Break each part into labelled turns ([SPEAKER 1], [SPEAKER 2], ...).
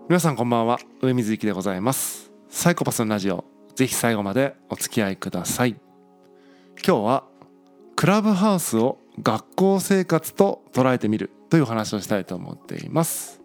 [SPEAKER 1] 皆さんこんばんは、上水幸でございます。サイコパスのラジオ、ぜひ最後までお付き合いください。今日はクラブハウスを学校生活と捉えてみるという話をしたいと思っています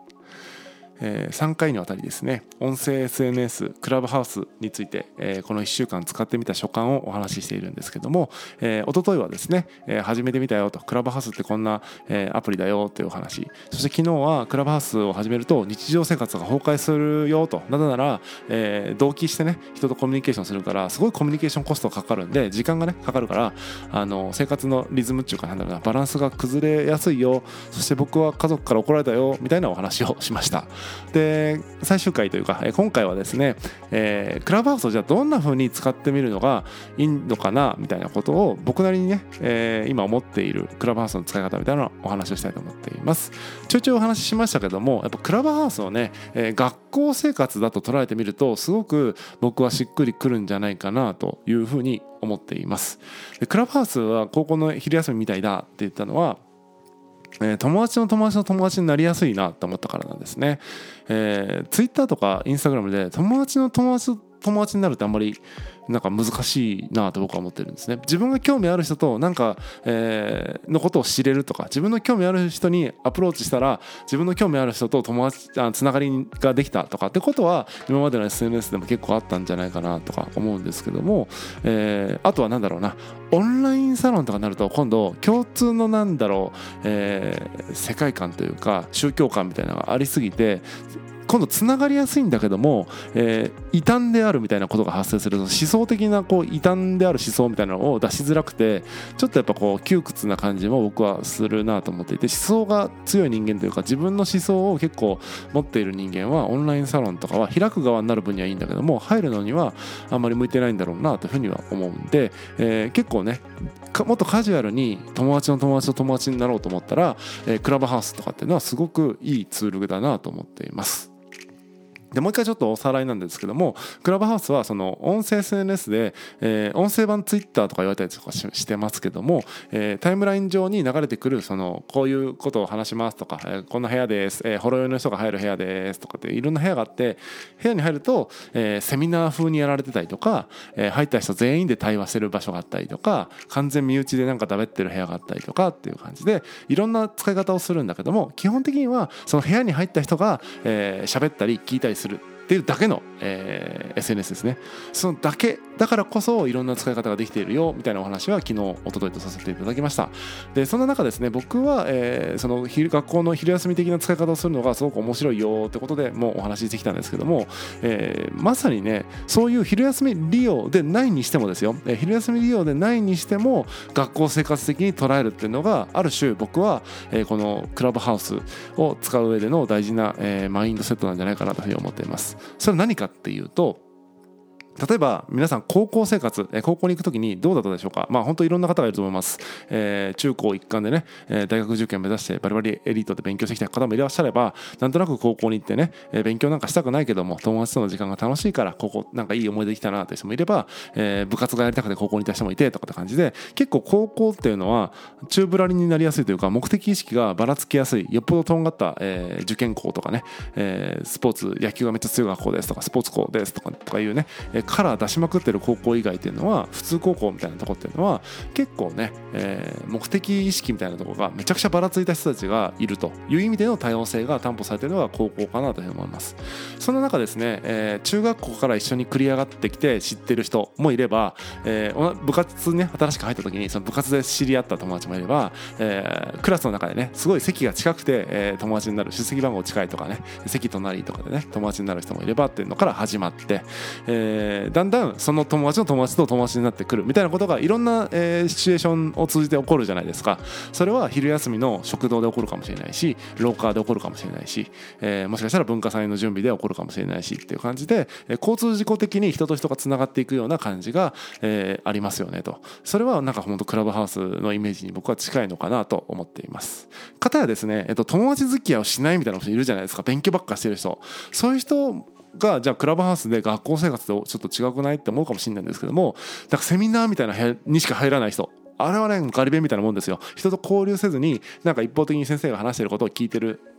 [SPEAKER 1] 。3回にわたりですね、音声 SNS クラブハウスについて、この1週間使ってみた所感をお話ししているんですけども、一昨日はですね、始めてみたよと、クラブハウスってこんな、アプリだよというお話、そして昨日はクラブハウスを始めると日常生活が崩壊するよと、なぜなら、同期してね人とコミュニケーションするからすごいコミュニケーションコストがかかるんで、時間がねかかるから、生活のリズムっていうかバランスが崩れやすいよ、そして僕は家族から怒られたよみたいなお話をしました。で、最終回というか、今回はですね、クラブハウスをじゃあどんな風に使ってみるのがいいのかなみたいなことを僕なりにね、今思っているクラブハウスの使い方みたいなお話をしたいと思っています。ちょいちょいお話ししましたけども、やっぱクラブハウスをね、学校生活だと捉えてみるとすごく僕はしっくりくるんじゃないかなというふうに思っています。で、クラブハウスは高校の昼休みみたいだって言ったのは、友達の友達の友達になりやすいなと思ったからなんですね。ツイッターとかインスタグラムで友達の友達と友達になるってあんまりなんか難しいなと僕は思ってるんですね。自分が興味ある人となんか、のことを知れるとか、自分の興味ある人にアプローチしたら自分の興味ある人と友達つながりができたとかってことは今までの SNS でも結構あったんじゃないかなとか思うんですけども、あとはなんだろうな、オンラインサロンとかになると今度共通の世界観というか宗教観みたいなのがありすぎて、今度つながりやすいんだけども、異端であるみたいなことが発生すると、思想的な異端である思想みたいなのを出しづらくて、ちょっとやっぱ窮屈な感じも僕はするなと思っていて、思想が強い人間というか自分の思想を結構持っている人間はオンラインサロンとかは開く側になる分にはいいんだけども、入るのにはあんまり向いてないんだろうなというふうには思うんで、結構ねもっとカジュアルに友達の友達と友達になろうと思ったら、クラブハウスとかっていうのはすごくいいツールだなと思っています。で、もう一回ちょっとおさらいなんですけども、クラブハウスはその音声 SNS で、音声版ツイッターとか言われたりとかしてますけども、タイムライン上に流れてくるこういうことを話しますとか、こんな部屋です、ほろ酔いの人が入る部屋ですとかっていろんな部屋があって、部屋に入ると、セミナー風にやられてたりとか、入った人全員で対話してる場所があったりとか、完全身内でなんかだべってる部屋があったりとかっていう感じでいろんな使い方をするんだけども、基本的にはその部屋に入った人が喋ったり聞いたりするっていうだけの、SNS ですね。そのだけだからこそいろんな使い方ができているよみたいなお話は昨日一昨日とさせていただきました。で、そんな中ですね、僕は、その学校の昼休み的な使い方をするのがすごく面白いよってことでもうお話ししてきたんですけども、まさにねそういう昼休み利用でないにしてもですよ、昼休み利用でないにしても学校生活的に捉えるっていうのがある種僕は、このクラブハウスを使う上での大事な、マインドセットなんじゃないかなというふうに思っています。それは何かっていうと、例えば皆さん高校生活、高校に行くときにどうだったでしょうか。本当いろんな方がいると思います。中高一貫でね、大学受験目指してバリバリエリートで勉強してきた方もいらっしゃれば、なんとなく高校に行ってね、勉強なんかしたくないけども友達との時間が楽しいから高校なんかいい思い出できたなという人もいれば、部活がやりたくて高校に行った人もいてとかって感じで、結構高校っていうのは宙ぶらりんになりやすいというか、目的意識がばらつきやすい、よっぽどとんがった、受験校とかね、スポーツ野球がめっちゃ強い学校ですとかスポーツ校ですとかいうね、カラー出しまくってる高校以外っていうのは、普通高校みたいなところっていうのは結構ね、目的意識みたいなところがめちゃくちゃばらついた人たちがいるという意味での多様性が担保されているのが高校かなというふうに思います。その中ですね、中学校から一緒に繰り上がってきて知ってる人もいれば、部活にね新しく入った時にその部活で知り合った友達もいれば、クラスの中でねすごい席が近くて、友達になる、出席番号近いとかね、席隣とかでね友達になる人もいればっていうのから始まって、だんだんその友達の友達と友達になってくるみたいなことがいろんな、シチュエーションを通じて起こるじゃないですか。それは昼休みの食堂で起こるかもしれないし、廊下で起こるかもしれないし、もしかしたら文化祭の準備で起こるかもしれないしっていう感じで、交通事故的に人と人がつながっていくような感じが、ありますよねと。それはなんか本当クラブハウスのイメージに僕は近いのかなと思っています。かたやですね、友達付き合いをしないみたいな人いるじゃないですか。勉強ばっかしてる人、そういう人がじゃあクラブハウスで学校生活とちょっと違くないって思うかもしれないんですけども、なんかセミナーみたいな部屋にしか入らない人、あれはねガリ勉みたいなもんですよ。人と交流せずになんか一方的に先生が話していることを聞いてる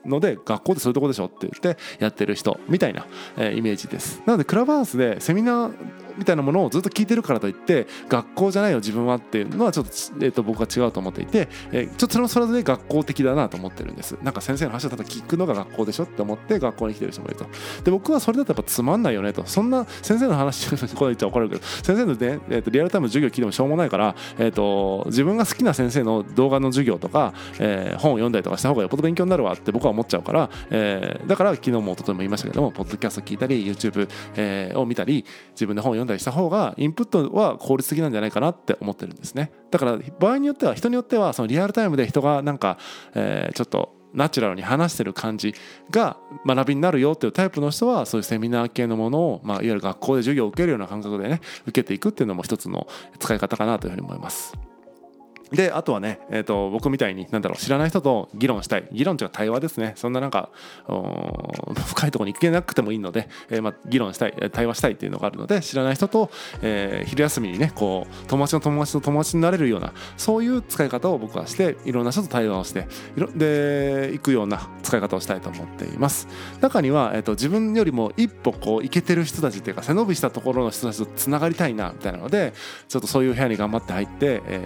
[SPEAKER 1] ので学校ってそういうとこでしょって言ってやってる人みたいな、イメージです。なのでクラブハウスでセミナーみたいなものをずっと聞いてるからといって学校じゃないよ自分はっていうのはちょっと、僕は違うと思っていて、ちょっとそれで学校的だなと思ってるんです。なんか先生の話をただ聞くのが学校でしょって思って学校に来てる人もいると。で僕はそれだとやっぱつまんないよねと。そんな先生の話これ言っちゃ怒られるけど先生のね、リアルタイムの授業聞いてもしょうもないから、自分が好きな先生の動画の授業とか、本を読んだりとかした方がよっぽど勉強になるわって僕は思っちゃうから、だから昨日も一昨日も言いましたけどもポッドキャスト聞いたり YouTube、を見たり自分で本を読んだりした方がインプットは効率的なんじゃないかなって思ってるんですね。だから場合によっては人によってはそのリアルタイムで人がなんか、ちょっとナチュラルに話してる感じが学びになるよっていうタイプの人はそういうセミナー系のものを、いわゆる学校で授業を受けるような感覚でね受けていくっていうのも一つの使い方かなというふうに思います。であとはね、僕みたいに知らない人と議論したい議論というか対話ですね。そんななんか深いところに行けなくてもいいので、議論したい対話したいっていうのがあるので知らない人と、昼休みにねこう友達の友達と友達になれるようなそういう使い方を僕はしていろんな人と対話をしてで行くような使い方をしたいと思っています。中には、自分よりも一歩こう行けてる人たちっていうか背伸びしたところの人たちとつながりたいなみたいなのでちょっとそういう部屋に頑張って入って、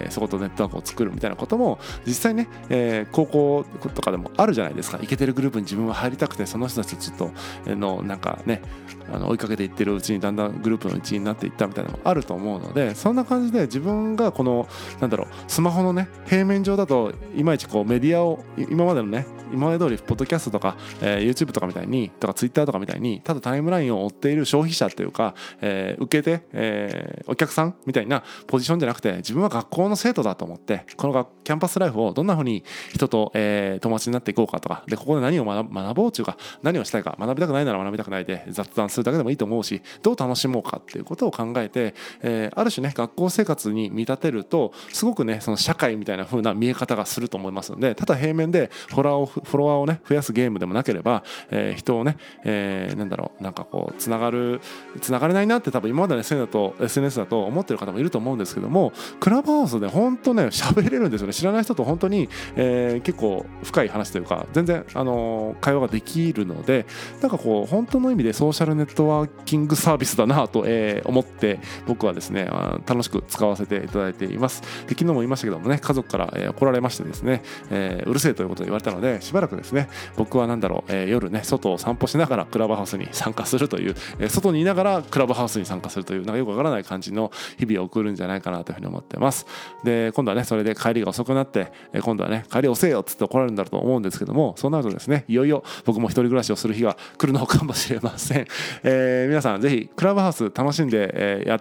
[SPEAKER 1] そことネットワークを作るみたいなことも実際ね、高校とかでもあるじゃないですか。イケてるグループに自分は入りたくてその人たちとちょっとなんかね追いかけていってるうちにだんだんグループの一員になっていったみたいなのもあると思うのでそんな感じで自分がこのスマホのね平面上だといまいちこうメディアを今まで通りポッドキャストとか、YouTube とかみたいにとか Twitter とかみたいにただタイムラインを追っている消費者というか、受けて、お客さんみたいなポジションじゃなくて自分は学校の生徒だと思ってこのキャンパスライフをどんな風に人と、友達になっていこうかとかでここで何を学ぼうというか何をしたいか学びたくないなら学びたくないで雑談するだけでもいいと思うしどう楽しもうかっていうことを考えて、ある種ね学校生活に見立てるとすごくねその社会みたいな風な見え方がすると思いますのでただ平面でフォロワーをね増やすゲームでもなければ、人をね、なんかこうつながれないなって多分今までの SNS だと思ってる方もいると思うんですけどもクラブハウスで本当ね喋れるんですよね。知らない人と本当に、結構深い話というか全然、会話ができるのでなんかこう本当の意味でソーシャルネットワーキングサービスだなと、思って僕はですね楽しく使わせていただいています。で昨日も言いましたけどもね家族から、怒られましてですね、うるせえということを言われたのでしばらくですね僕は夜ね外を散歩しながらクラブハウスに参加するという、外にいながらクラブハウスに参加するというなんかよくわからない感じの日々を送るんじゃないかなというふうに思ってます。で今度はねそれで帰りが遅くなって、今度はね帰り遅えよっつって怒られるんだろうと思うんですけどもそうなるとですねいよいよ僕も一人暮らしをする日が来るのかもしれません。皆さんぜひクラブハウス楽しんで、やって、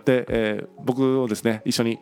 [SPEAKER 1] 僕をですね一緒に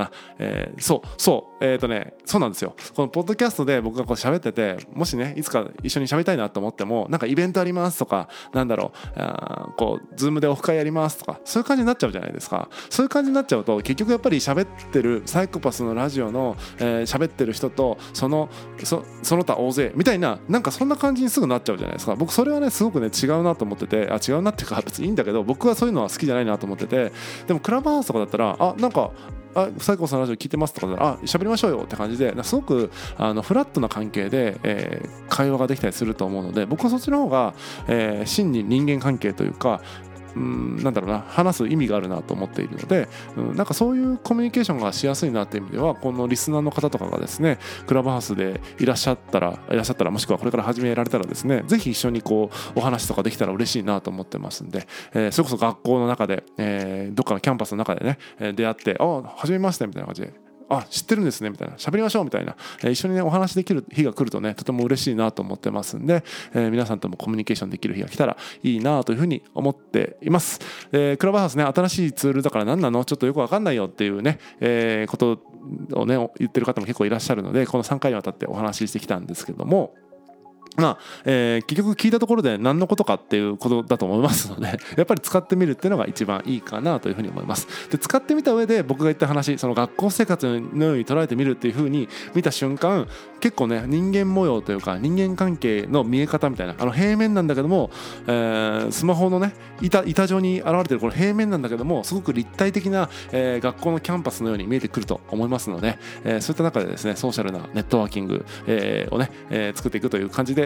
[SPEAKER 1] そうなんですよ。このポッドキャストで僕がこう喋っててもしねいつか一緒に喋りたいなと思ってもなんかイベントありますとかこうズームでオフ会やりますとかそういう感じになっちゃうじゃないですか。そういう感じになっちゃうと結局やっぱり喋ってるサイコパスのラジオの喋ってる人とその他大勢みたいななんかそんな感じにすぐなっちゃうじゃないですか。僕それはねすごくね違うなと思ってて違うなっていうか別にいいんだけど僕はそういうのは好きじゃないなと思っててでもクラブハウスとかだったらサイコパスのラジオ聞いてますとかだったら喋りましょうよって感じですごくフラットな関係で、会話ができたりすると思うので僕はそっちの方が、真に人間関係というか話す意味があるなと思っているので、なんかそういうコミュニケーションがしやすいなっていう意味ではこのリスナーの方とかがですねクラブハウスでいらっしゃったらもしくはこれから始められたらですねぜひ一緒にこうお話とかできたら嬉しいなと思ってますんで、それこそ学校の中で、どっかのキャンパスの中でね出会って初めましてみたいな感じで知ってるんですねみたいな喋りましょうみたいな、一緒にねお話できる日が来るとねとても嬉しいなと思ってますんで、皆さんともコミュニケーションできる日が来たらいいなというふうに思っています。クラブハウスね新しいツールだから何なのちょっとよく分かんないよっていうね、ことをね言ってる方も結構いらっしゃるのでこの3回にわたってお話ししてきたんですけども結局聞いたところで何のことかっていうことだと思いますのでやっぱり使ってみるっていうのが一番いいかなというふうに思います。で使ってみた上で僕が言った話その学校生活のように捉えてみるっていうふうに見た瞬間結構ね人間模様というか人間関係の見え方みたいな平面なんだけども、スマホのね板状に現れてるこの平面なんだけどもすごく立体的な、学校のキャンパスのように見えてくると思いますので、そういった中でですねソーシャルなネットワーキング、をね、作っていくという感じで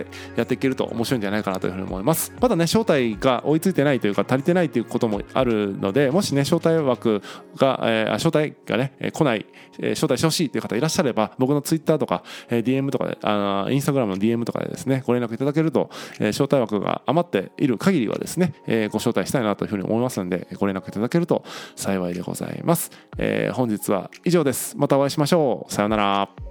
[SPEAKER 1] でやっていけると面白いんじゃないかなというふうに思います。まだね招待が追いついてないというか足りてないということもあるので、もしね招待枠が、招待がね来ない、招待してほしいという方いらっしゃれば、僕のツイッターとか、DM とかでインスタグラムの DM とかでですねご連絡いただけると、招待枠が余っている限りはですね、ご招待したいなというふうに思いますので、ご連絡いただけると幸いでございます。本日は以上です。またお会いしましょう。さようなら。